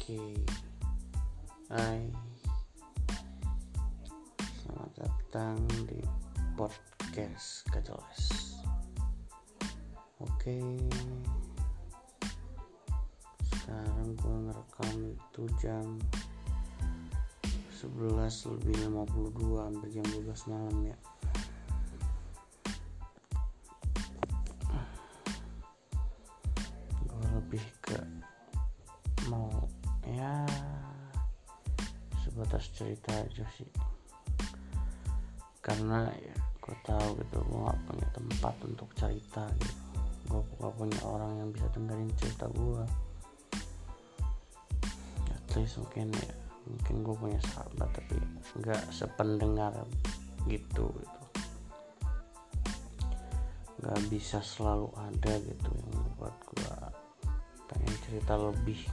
Oke, hai, selamat datang di podcast Gak Jelas. Oke, sekarang gue ngerekam itu jam 11:52, hampir jam 12 malam ya. Gue lebih ke mau ya sebatas cerita aja sih, karena ya gue tahu gitu gue gak punya tempat untuk cerita gitu. Gue gak punya orang yang bisa dengerin cerita gue. At least mungkin gue punya sahabat, tapi gak sependengar gitu. Gak bisa selalu ada gitu yang membuat gue pengen cerita lebih gitu.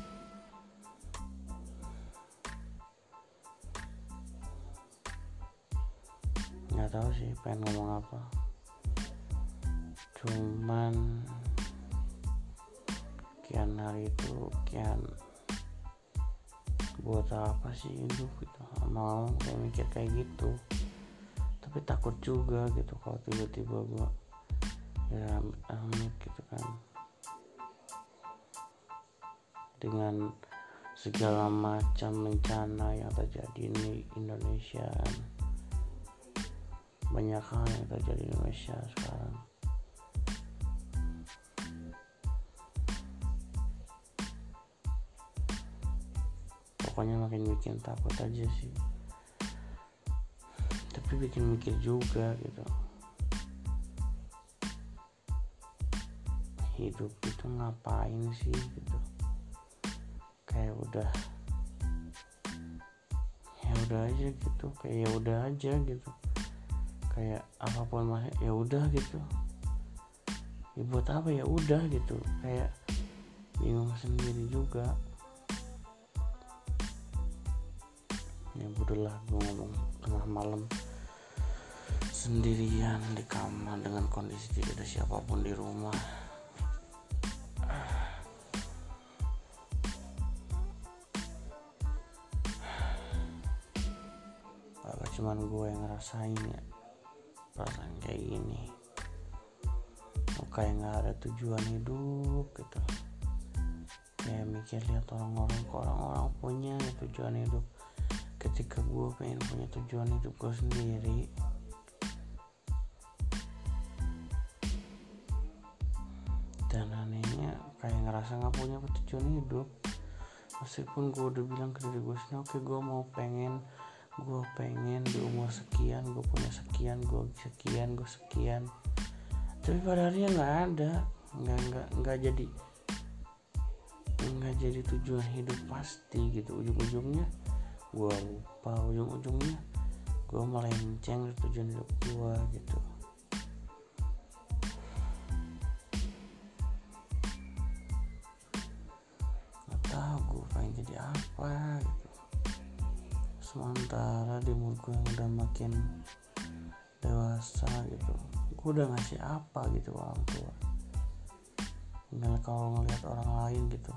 Nggak tahu sih pengen ngomong apa, cuman kian hari itu buat apa sih hidup gitu. Malam kayak mikir kayak gitu, tapi takut juga gitu kalau tiba-tiba gue ya amit gitu kan, dengan segala macam bencana yang terjadi di Indonesia. Banyak hal yang terjadi di Indonesia sekarang. Pokoknya makin bikin takut aja sih, tapi bikin mikir juga gitu. Hidup itu ngapain sih gitu. Kayak udah aja gitu, kayak ya udah aja gitu. Kayak apapun mah ya udah gitu. Ya buat apa ya udah gitu. Kayak bingung sendiri juga. Ya bodohlah gue ngomong tengah malam sendirian di kamar dengan kondisi tidak ada siapapun di rumah. Apa cuman gue yang ngerasain ya perasaan kayak gini. Kayak gak ada tujuan hidup gitu. Kayak mikir lihat orang-orang punya tujuan hidup, ketika gue pengen punya tujuan hidup gue sendiri. Dan anehnya kayak ngerasa gak punya tujuan hidup, meskipun gue udah bilang ke diri gue sendiri, oke, gue pengen di umur sekian gue punya sekian, gue sekian, tapi pada akhirnya nggak ada, nggak jadi tujuan hidup pasti gitu. Ujung-ujungnya gue lupa, ujung-ujungnya gue melenceng dari tujuan hidup gue gitu. Nggak tahu gue pengen jadi apa gitu. Sementara di umur gue yang udah makin dewasa gitu, gue udah ngasih apa gitu ke orang tua. Tinggal kalau ngeliat orang lain gitu,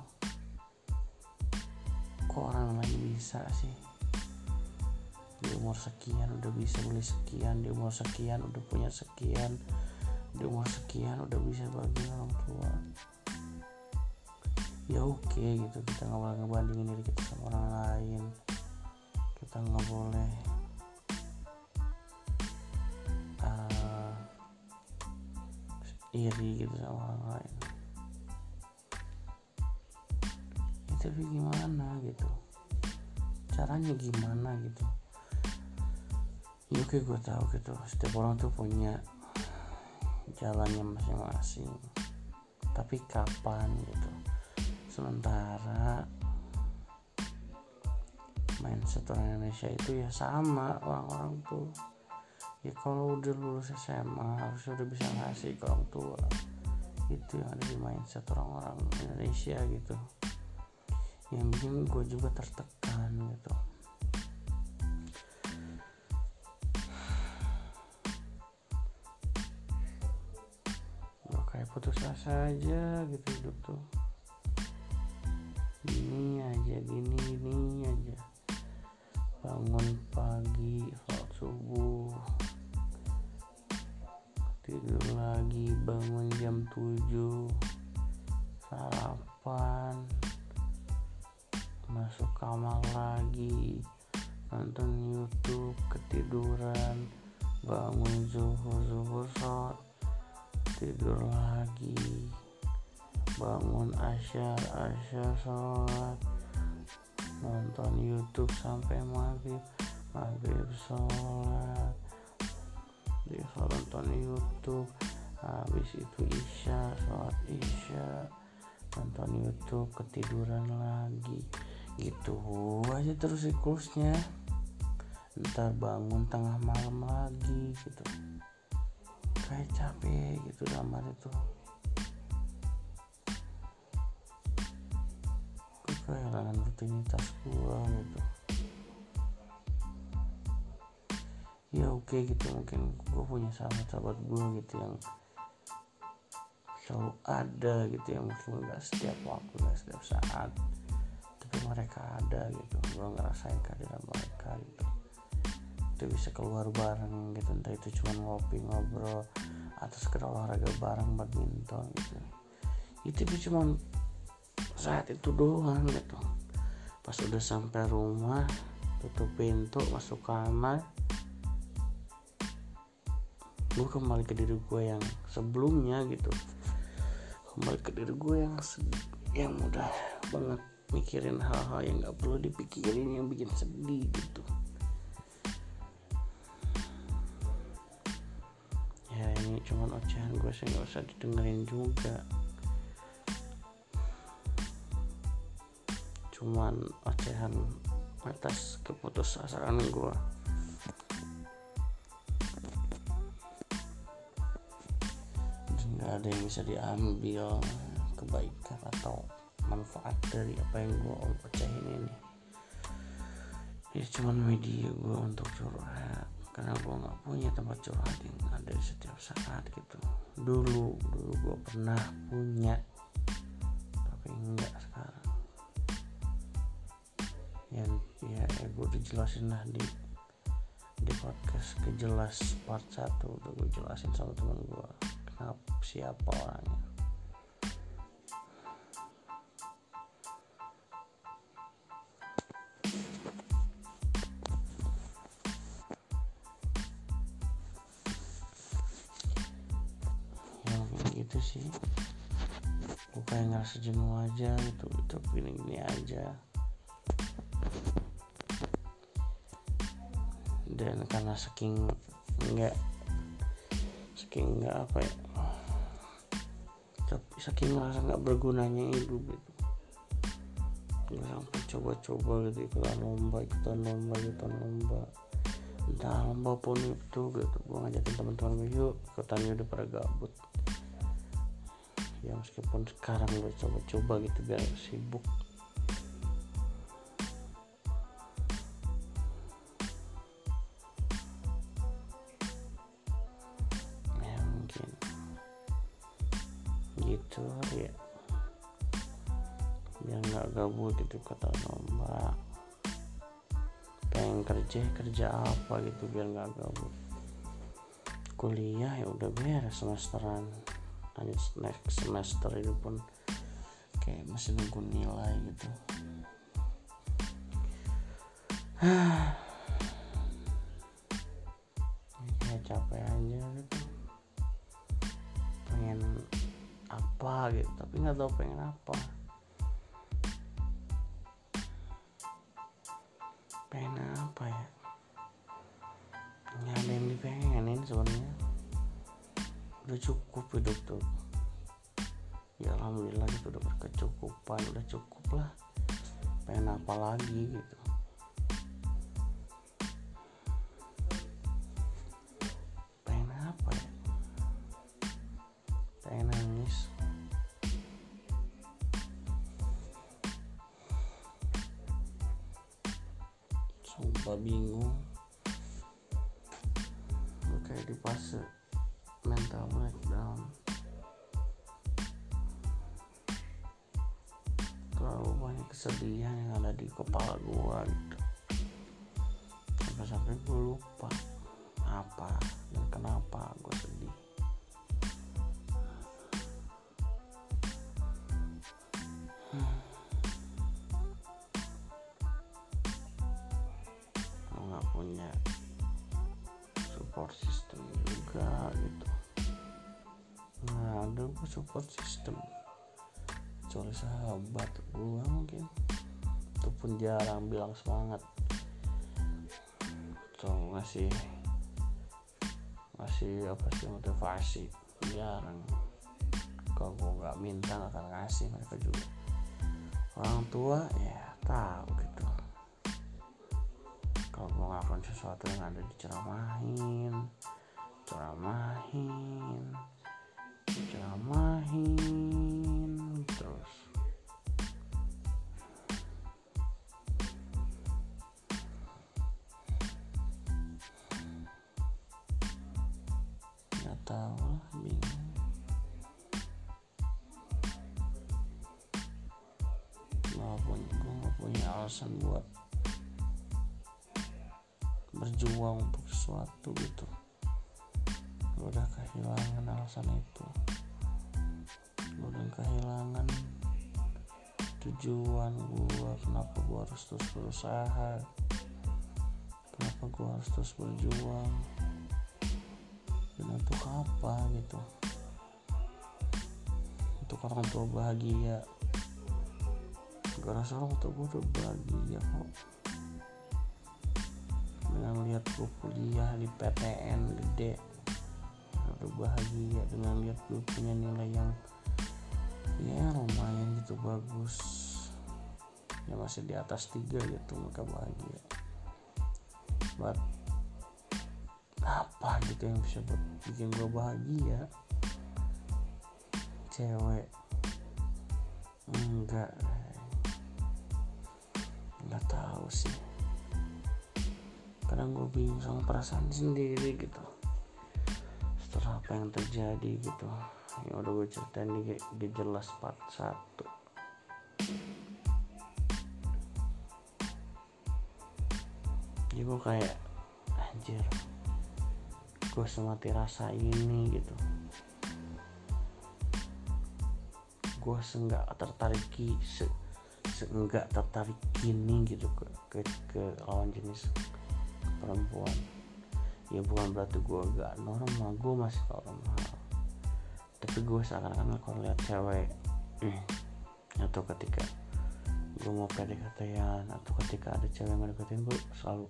kok orang lain bisa sih di umur sekian udah bisa beli sekian, di umur sekian udah punya sekian, di umur sekian udah bisa bagi orang tua. Ya oke gitu, kita gak boleh ngebandingin diri kita sama orang lain. Kita gak boleh iri gitu sama orang lain. Tapi gimana gitu, caranya gimana gitu. Ya oke, gue tahu gitu, setiap orang tuh punya jalannya masing-masing, tapi kapan gitu. Sementara mindset orang Indonesia itu ya sama, orang-orang tuh ya kalau udah lulus SMA harusnya udah bisa ngasih ke orang tua. Itu yang ada di mindset orang-orang Indonesia gitu, yang bikin gue juga tertekan gitu. Gue kayak putus asa aja gitu hidup tuh. Gini aja aja, gini aja. Bangun pagi, sholat subuh, tidur lagi, bangun jam 7, sarapan, masuk kamar lagi, nonton YouTube, ketiduran, bangun zuhur sholat, tidur lagi, bangun asyar sholat, nonton YouTube sampai maghrib sholat, nonton YouTube, habis itu sholat isya, nonton YouTube, ketiduran lagi, gitu aja terus siklusnya. Ntar bangun tengah malam lagi gitu, kayak capek gitu dalam hari itu. Gue kehilangan rutinitas gue gitu. Ya oke gitu, mungkin gue punya sahabat gue gitu yang selalu ada gitu, yang mungkin gak setiap waktu, gak setiap saat, tapi mereka ada gitu. Gue ngerasain kehadiran mereka gitu. Itu bisa keluar bareng gitu, entah itu cuma ngopi, ngobrol, atau sekedar olahraga bareng, badminton gitu. Itu cuma saat itu doang gitu. Pas udah sampai rumah, tutup pintu, masuk kamar, gue kembali ke diri gue yang sebelumnya gitu. Kembali ke diri gue yang mudah banget mikirin hal-hal yang gak perlu dipikirin, yang bikin sedih gitu. Ya ini cuman ocehan gue sih, gak usah didengerin juga. Cuman ocehan atas keputusasaan gue. Gak ada yang bisa diambil kebaikan atau manfaat dari apa yang gue ocehin ini. Ini cuman media gue untuk curhat, karena gue gak punya tempat curhat yang ada di setiap saat gitu. Dulu gue pernah punya, tapi enggak sekarang. Ya gue udah jelasin lah di podcast Kejelas part 1, udah gue jelasin sama teman gue siapa orangnya. Gitu sih, gue kayak ngerasa jenuh aja gitu, gini aja. Dan karena saking nggak apa ya, saking ngerasa nggak bergunanya hidup gitu, gue sampai coba-coba gitu, ikutan lomba, entah lomba pun itu gitu. Gue ngajakin teman-teman gue, yuk ikutan, udah pada gabut. Ya meskipun sekarang gue coba-coba gitu biar sibuk. Ya mungkin gitu ya, biar nggak gabut gitu, kata lomba. Pengen kerja apa gitu biar nggak gabut. Kuliah ya udah beres semesteran, lanjut next semester itu pun kayak masih nunggu nilai gitu. Kayak capek aja gitu, pengen apa gitu tapi nggak tahu pengen apa. Pengen apa ya, nggak ada yang dipengenin sebenarnya. Udah cukup hidup tuh, ya alhamdulillah gitu, udah berkecukupan, udah cukup lah. Pengen apa lagi gitu. Pengen apa ya, pengen nangis. Sumpah bingung, gue kayak di fase mental breakdown. Terlalu banyak kesedihan yang ada di kepala gue gitu, sampai gue lupa apa dan kenapa gue sedih. Nggak punya support system juga gitu, nggak ada gue support system kecuali sahabat gue mungkin, itu pun jarang bilang semangat atau ngasih apa sih motivasi, jarang. Kalau gue nggak minta nggak akan ngasih mereka juga. Orang tua ya tahu gitu, kalau gue ngelakuin sesuatu yang ada diceramahin terus. Nggak tahu lah, bingung. Gue nggak punya alasan buat berjuang untuk sesuatu gitu. Gue udah kehilangan alasan itu, gue udah kehilangan tujuan gue. Kenapa gue harus terus berusaha, kenapa gue harus terus berjuang, dan untuk apa gitu. Untuk orang tua bahagia, gue rasa orang tua gue udah bahagia kok dengan lihat gue kuliah di PTN gede, udah bahagia dengan lihat gue punya nilai yang ya lumayan gitu, bagus ya, masih di atas 3 gitu, mereka bahagia. But apa gitu yang bisa bikin gue bahagia? Cewek? Enggak tahu sih. Kadang gue bingung sama perasaan sendiri gitu setelah apa yang terjadi gitu. Yang udah gue ceritain di jelas part 1. Jadi gue kayak anjir, gue semati rasa ini gitu. Gue seenggak tertarik gini gitu ke lawan jenis perempuan. Ya bukan berarti gue gak normal, gue masih normal, tapi gue seakan-akan kalau lihat cewek atau ketika gue mau PDKT-an atau ketika ada cewek yang ngedeketin, gue selalu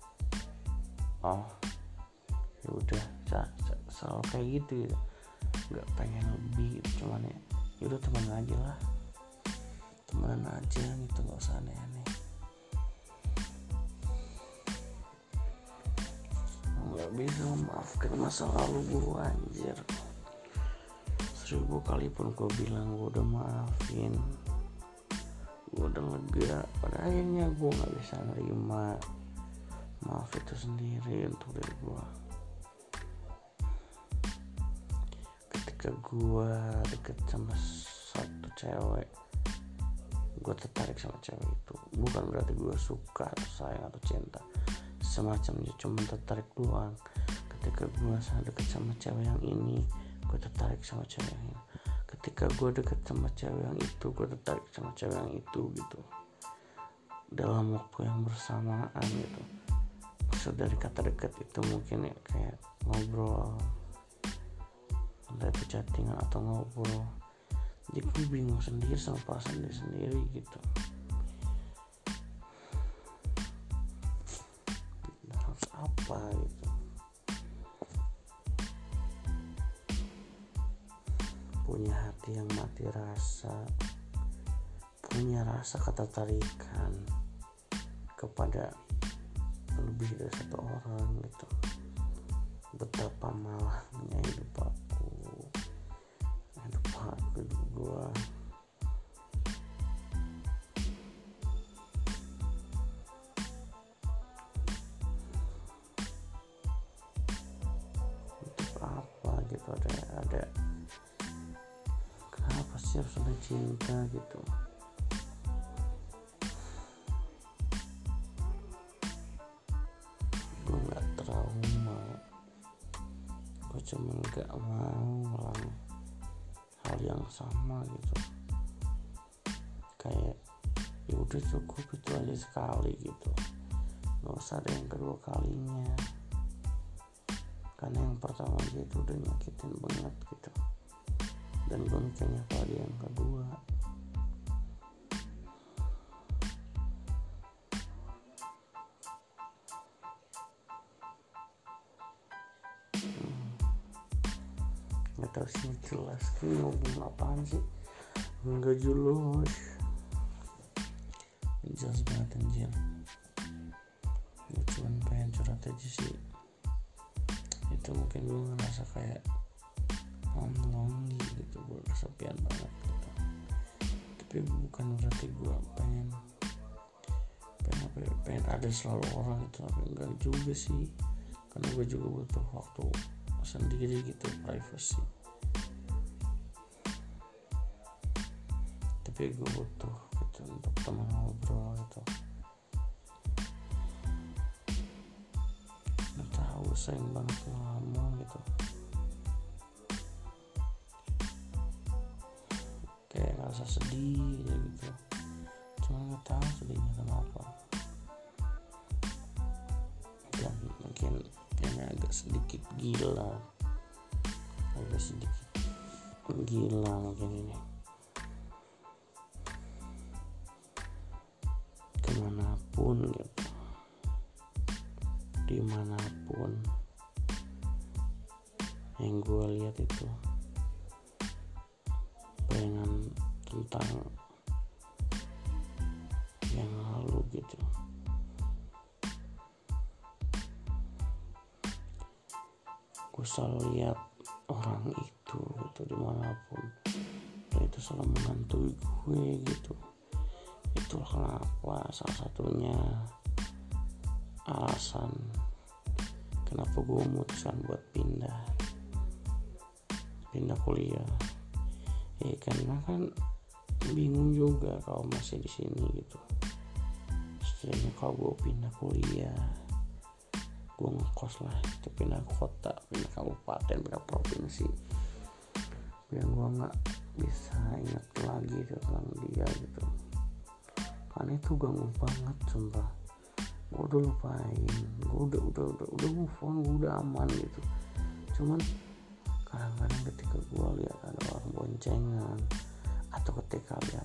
ya udah selalu kayak gitu ya, nggak pengen lebih gitu. Cuman ya udah temenan aja gitu, nggak usah aneh-aneh. Nggak bisa memaafkan masa lalu gue, anjir. 1000 kali pun gue bilang gue udah maafin, gue udah lega, pada akhirnya gue nggak bisa nerima maaf itu sendiri untuk diri gue. Ketika gue deket sama satu cewek, gue tertarik sama cewek itu, bukan berarti gue suka atau sayang atau cinta, semacamnya, cuma tertarik doang. Ketika gue deket sama cewek yang ini, gue tertarik sama cewek yang ini. Ketika gue deket sama cewek yang itu, gue tertarik sama cewek yang itu gitu, dalam waktu yang bersamaan gitu. Maksud dari kata deket itu mungkin ya kayak ngobrol, entah itu chattingan atau ngobrol. Jadi gue bingung sendiri sama perasaan diri sendiri gitu. Harus apa gitu? Punya hati yang mati rasa, punya rasa ketertarikan kepada lebih dari satu orang gitu. Betapa malahnya hidup gue. Untuk apa gitu, ada kenapa sih harus ada cinta gitu? gue cuma gak mau ngulang hal yang sama gitu. Kayak ya udah cukup itu aja sekali gitu, gak usah ada yang kedua kalinya, karena yang pertama aja itu udah nyakitin banget gitu. Dan gue mikirnya kalau dia yang kedua, nggak tahu sih jelas ngomong apaan sih, nggak jelas, jelas banget anjir. Gue cuman pengen curhat aja sih, itu mungkin gue ngerasa kayak lonely gitu, gue kesepian banget gitu. Tapi bukan berarti gue pengen ada selalu orang itu, tapi enggak juga sih, karena gue juga butuh waktu sendiri gitu, privacy. Tapi gue butuh gitu untuk teman ngobrol gitu. Nggak tahu, sayang banget lama gitu, kayak ngerasa sedih ya gitu, cuma nggak tahu sedihnya kenapa. Dan mungkin kayaknya agak sedikit gila mungkin ini. Kemanapun gitu, dimanapun yang gue lihat itu bayangan tentang yang lalu gitu. Gue selalu lihat orang itu gitu dimanapun, dan itu selalu menghantui gue gitu. Itulah kenapa salah satunya alasan kenapa gue memutuskan buat pindah kuliah. Ya karena kan bingung juga kalau masih di sini gitu. Setidaknya kalau gue pindah kuliah, gue ngekos lah, itu pindah kota, pindah kabupaten, pindah provinsi, biar gue nggak bisa ingat lagi tentang dia gitu. Karena itu ganggu banget sumpah. Gue udah lupain, gue udah move on, gue udah aman gitu. Cuman kadang-kadang ketika gue lihat ada orang boncengan, atau ketika lihat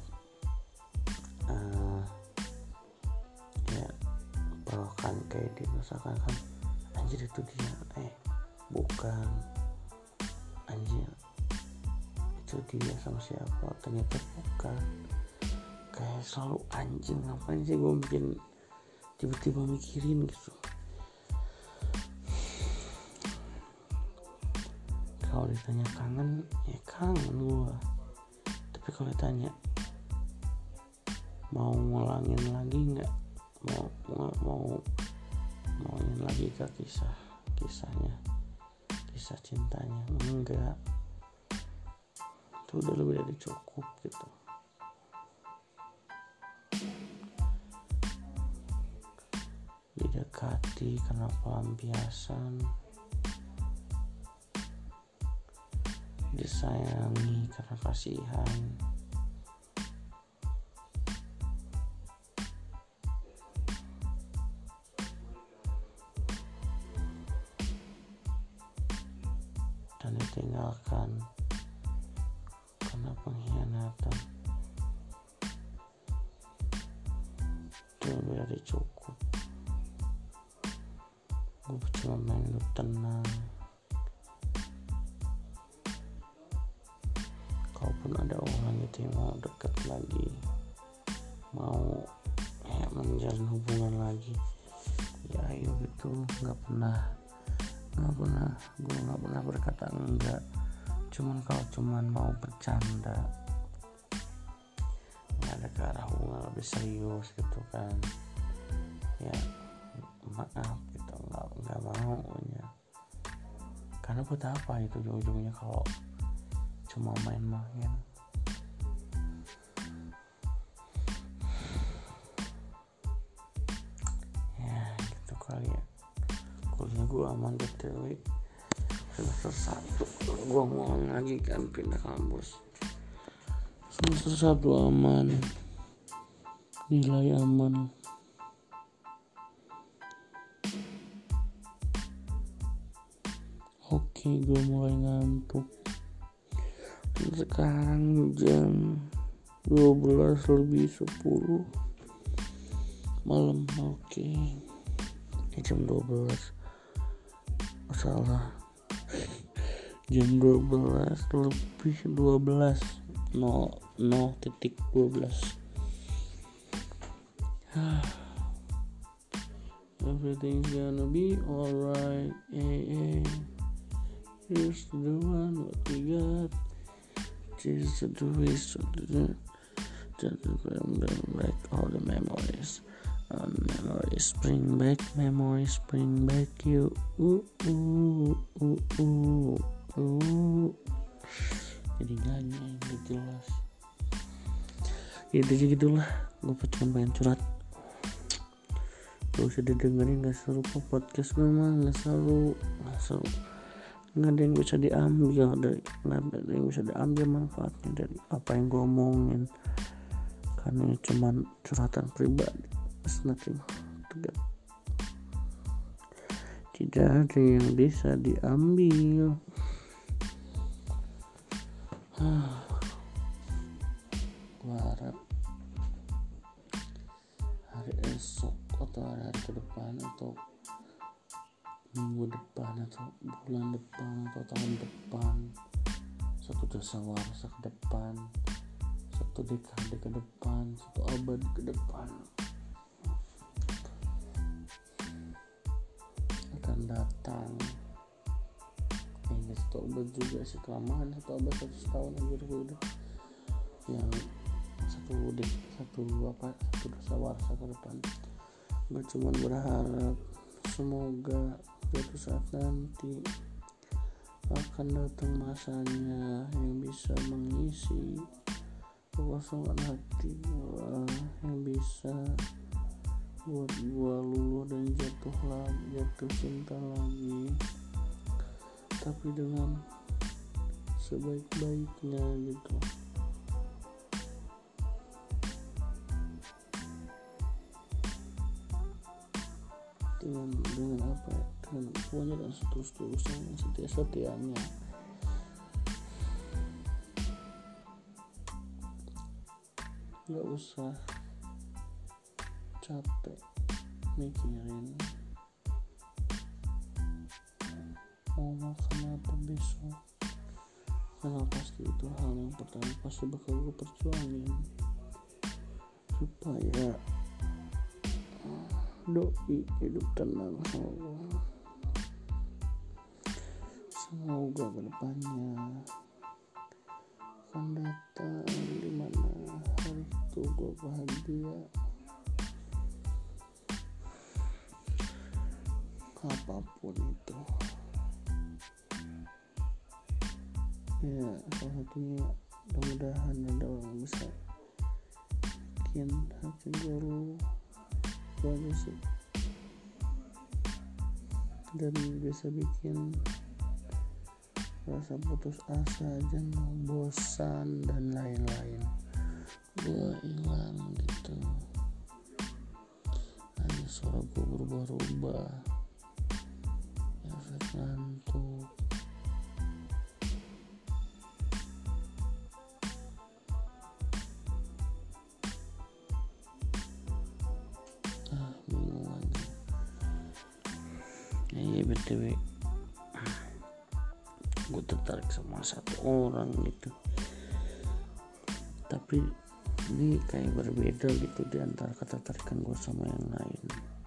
ya perawakan kayak dia, misalkan kan anjir itu dia, bukan, anjir itu dia sama siapa, ternyata bukan. Kayak selalu anjing, ngapain sih gue bikin tiba-tiba mikirin gitu. Kalau ditanya kangen, ya kangen gue. Tapi kalau ditanya mau ngulangin lagi nggak, mau ingin lagi ke kisah cintanya, enggak. Itu udah lebih dari cukup gitu. Didekati karena pelampiasan, disayangi karena kasihan, dan ditinggalkan karena pengkhianatan. Itu lebih dari cukup. Gue cuma pengen lu tenang. Kalaupun ada orang gitu yang mau deket lagi, mau menjalin hubungan lagi, ya ayo gitu. Gue nggak pernah berkata enggak. Cuman kalau mau bercanda, nggak ada ke arah hubungan lebih serius gitu kan, ya maaf gitu, nggak mau ya. Karena buat apa itu ujung-ujungnya kalau cuma main-main. Ya gitu kali ya. Kuliah gue aman BTW, semester 1 gue mau lagi kan pindah kampus. Semester 1 aman, nilai aman. Oke, gue mulai ngantuk. Dan sekarang jam 12:10 malam. Oke. Jam 12. Salah. Jam 12:12. 0:12. Everything's gonna be alright. Here's the one what we got. Jesus the ways of the just back all the memories. Memories bring back you. Jadi nyanyi yang jelas. Itu gitulah. Gue cuma pengen curhat. Gak usah didengerin, gak seru kok podcast gue mah, gak seru. Nggak ada yang bisa diambil manfaatnya dari apa yang gue omongin, karena ini cuma curhatan pribadi. Tidak ada yang bisa diambil. Gue harap hari esok atau hari ke depan atau minggu depan atau bulan depan atau tahun depan, satu dasawarsa ke depan, satu dekade ke depan, satu abad ke depan akan datang. Kayaknya satu abad juga sih, kelamaan satu abad 100 tahun aja udah. Yang satu dasawarsa ke depan. Gue cuma berharap semoga suatu saat nanti akan datang masanya yang bisa mengisi kekosongan hati gua, yang bisa buat gua luluh dan jatuh cinta lagi, tapi dengan sebaik-baiknya gitu. Dengan apa ya, dengan semuanya dan seterusnya, setia-setianya. Gak usah capek mikirin mau makan apa besok, karena pasti itu hal yang pertama pasti bakal gue perjuangin supaya doi hidup tenang. Semoga kedepannya akan datang dimana hari itu gue bahagia, apapun itu ya. Salah satunya mudah-mudahan ada orang bisa bikin hati gue lu aja sih, dan bisa bikin rasa putus asa, jenuh, bosan dan lain-lain gue hilang gitu. Hanya suara gue berubah-ubah, efek ngantuk. Bingung lagi. BTW gue tertarik sama satu orang gitu, tapi ini kayak berbeda gitu di antara ketertarikan gue sama yang lain.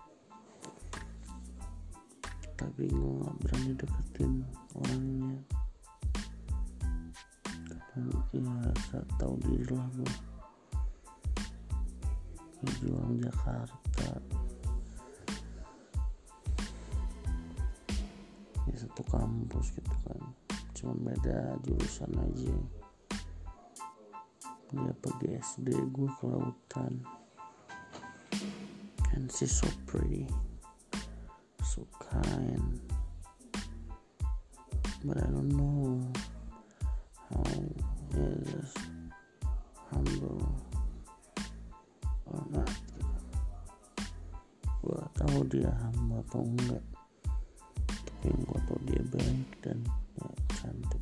Tapi gue gak berani deketin orangnya karena ya gak tau diri lah. Gue juang Jakarta ya, satu kampus gitu kan, cuma beda jurusan aja. Dia pergi SD, gue ke lautan. And she's so pretty, so kind, but I don't know how is humble or not. Gue tahu dia humble atau enggak, tapi gue tahu dia baik dan ya, cantik.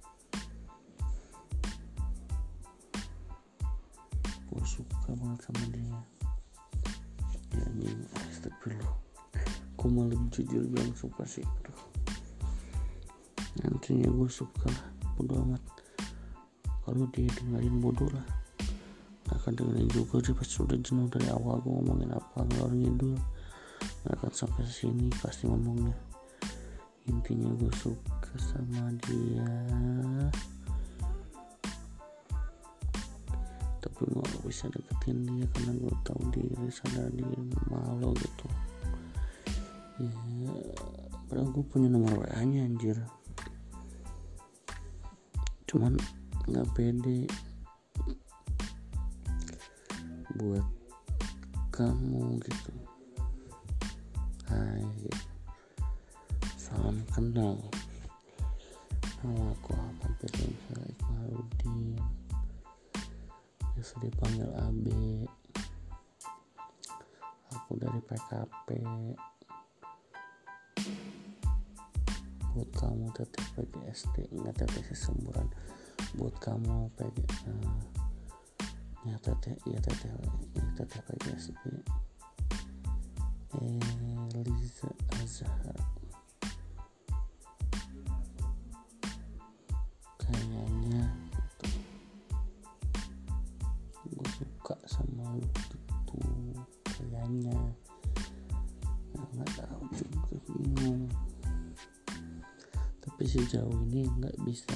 Gue suka banget sama dia. Ya anjing, astagfirullah. Gue malah jujur bilang suka sih, bro. Nantinya gue suka lah, bodo amat. Kalau dia dengerin bodoh lah, gak akan dengerin juga. Dia pasti udah jenuh dari awal gue ngomongin apa ngalor ngidul, gak akan sampai sini pasti ngomongnya. Intinya gue suka sama dia, tapi gue gak bisa deketin dia karena gue tahu diri, sadar diri, malu gitu. Ya, padahal gue punya nomor WA nya anjir, cuman gak pede buat kamu gitu. Hai, salam kenal, nama aku Ahmad Firmansyah Iqbaluddin, biasa dipanggil Abe. Aku dari PKP. Buat kamu teteh PGSD, ingat teteh sesemburan. Buat kamu ya teteh PGSD. Eliza Azhar. Kayaknya gitu. Gue suka sama lu gitu. Kayaknya nggak tahu juga, bingung. Tapi sejauh ini nggak bisa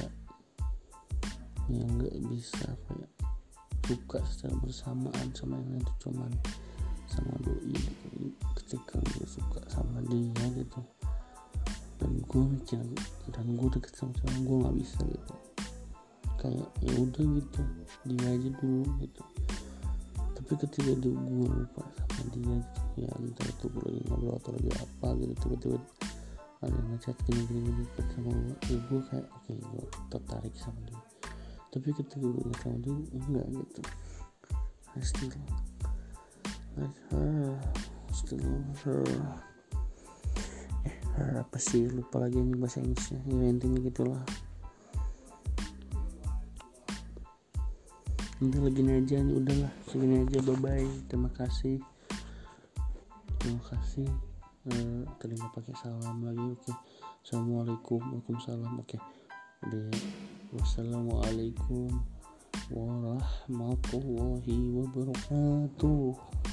apa ya, suka secara bersamaan sama yang itu, cuman sama doi gitu. Ketika gue suka sama dia gitu, dan gue mikir, dan gue deket sama gue nggak bisa gitu, kayak ya udah gitu, dia aja dulu gitu. Tapi ketika gue lupa sama dia gitu, ya entah itu gue lagi ngobrol atau lagi apa gitu, tiba-tiba ada yang ngechat gini deket sama gue kayak oke, gue tertarik sama dia. Tapi ketika gue ngeliat sama dia enggak gitu. I still like her. Apa sih, lupa lagi ini bahasa Inggrisnya. Ya intinya gitulah. Udah gini aja nih, udahlah segini aja, bye bye. Terima kasih. Terima pakai salam lagi. Oke. Assalamualaikum, waalaikumsalam. Oke. Udah. Wassalamualaikum warahmatullahi wabarakatuh.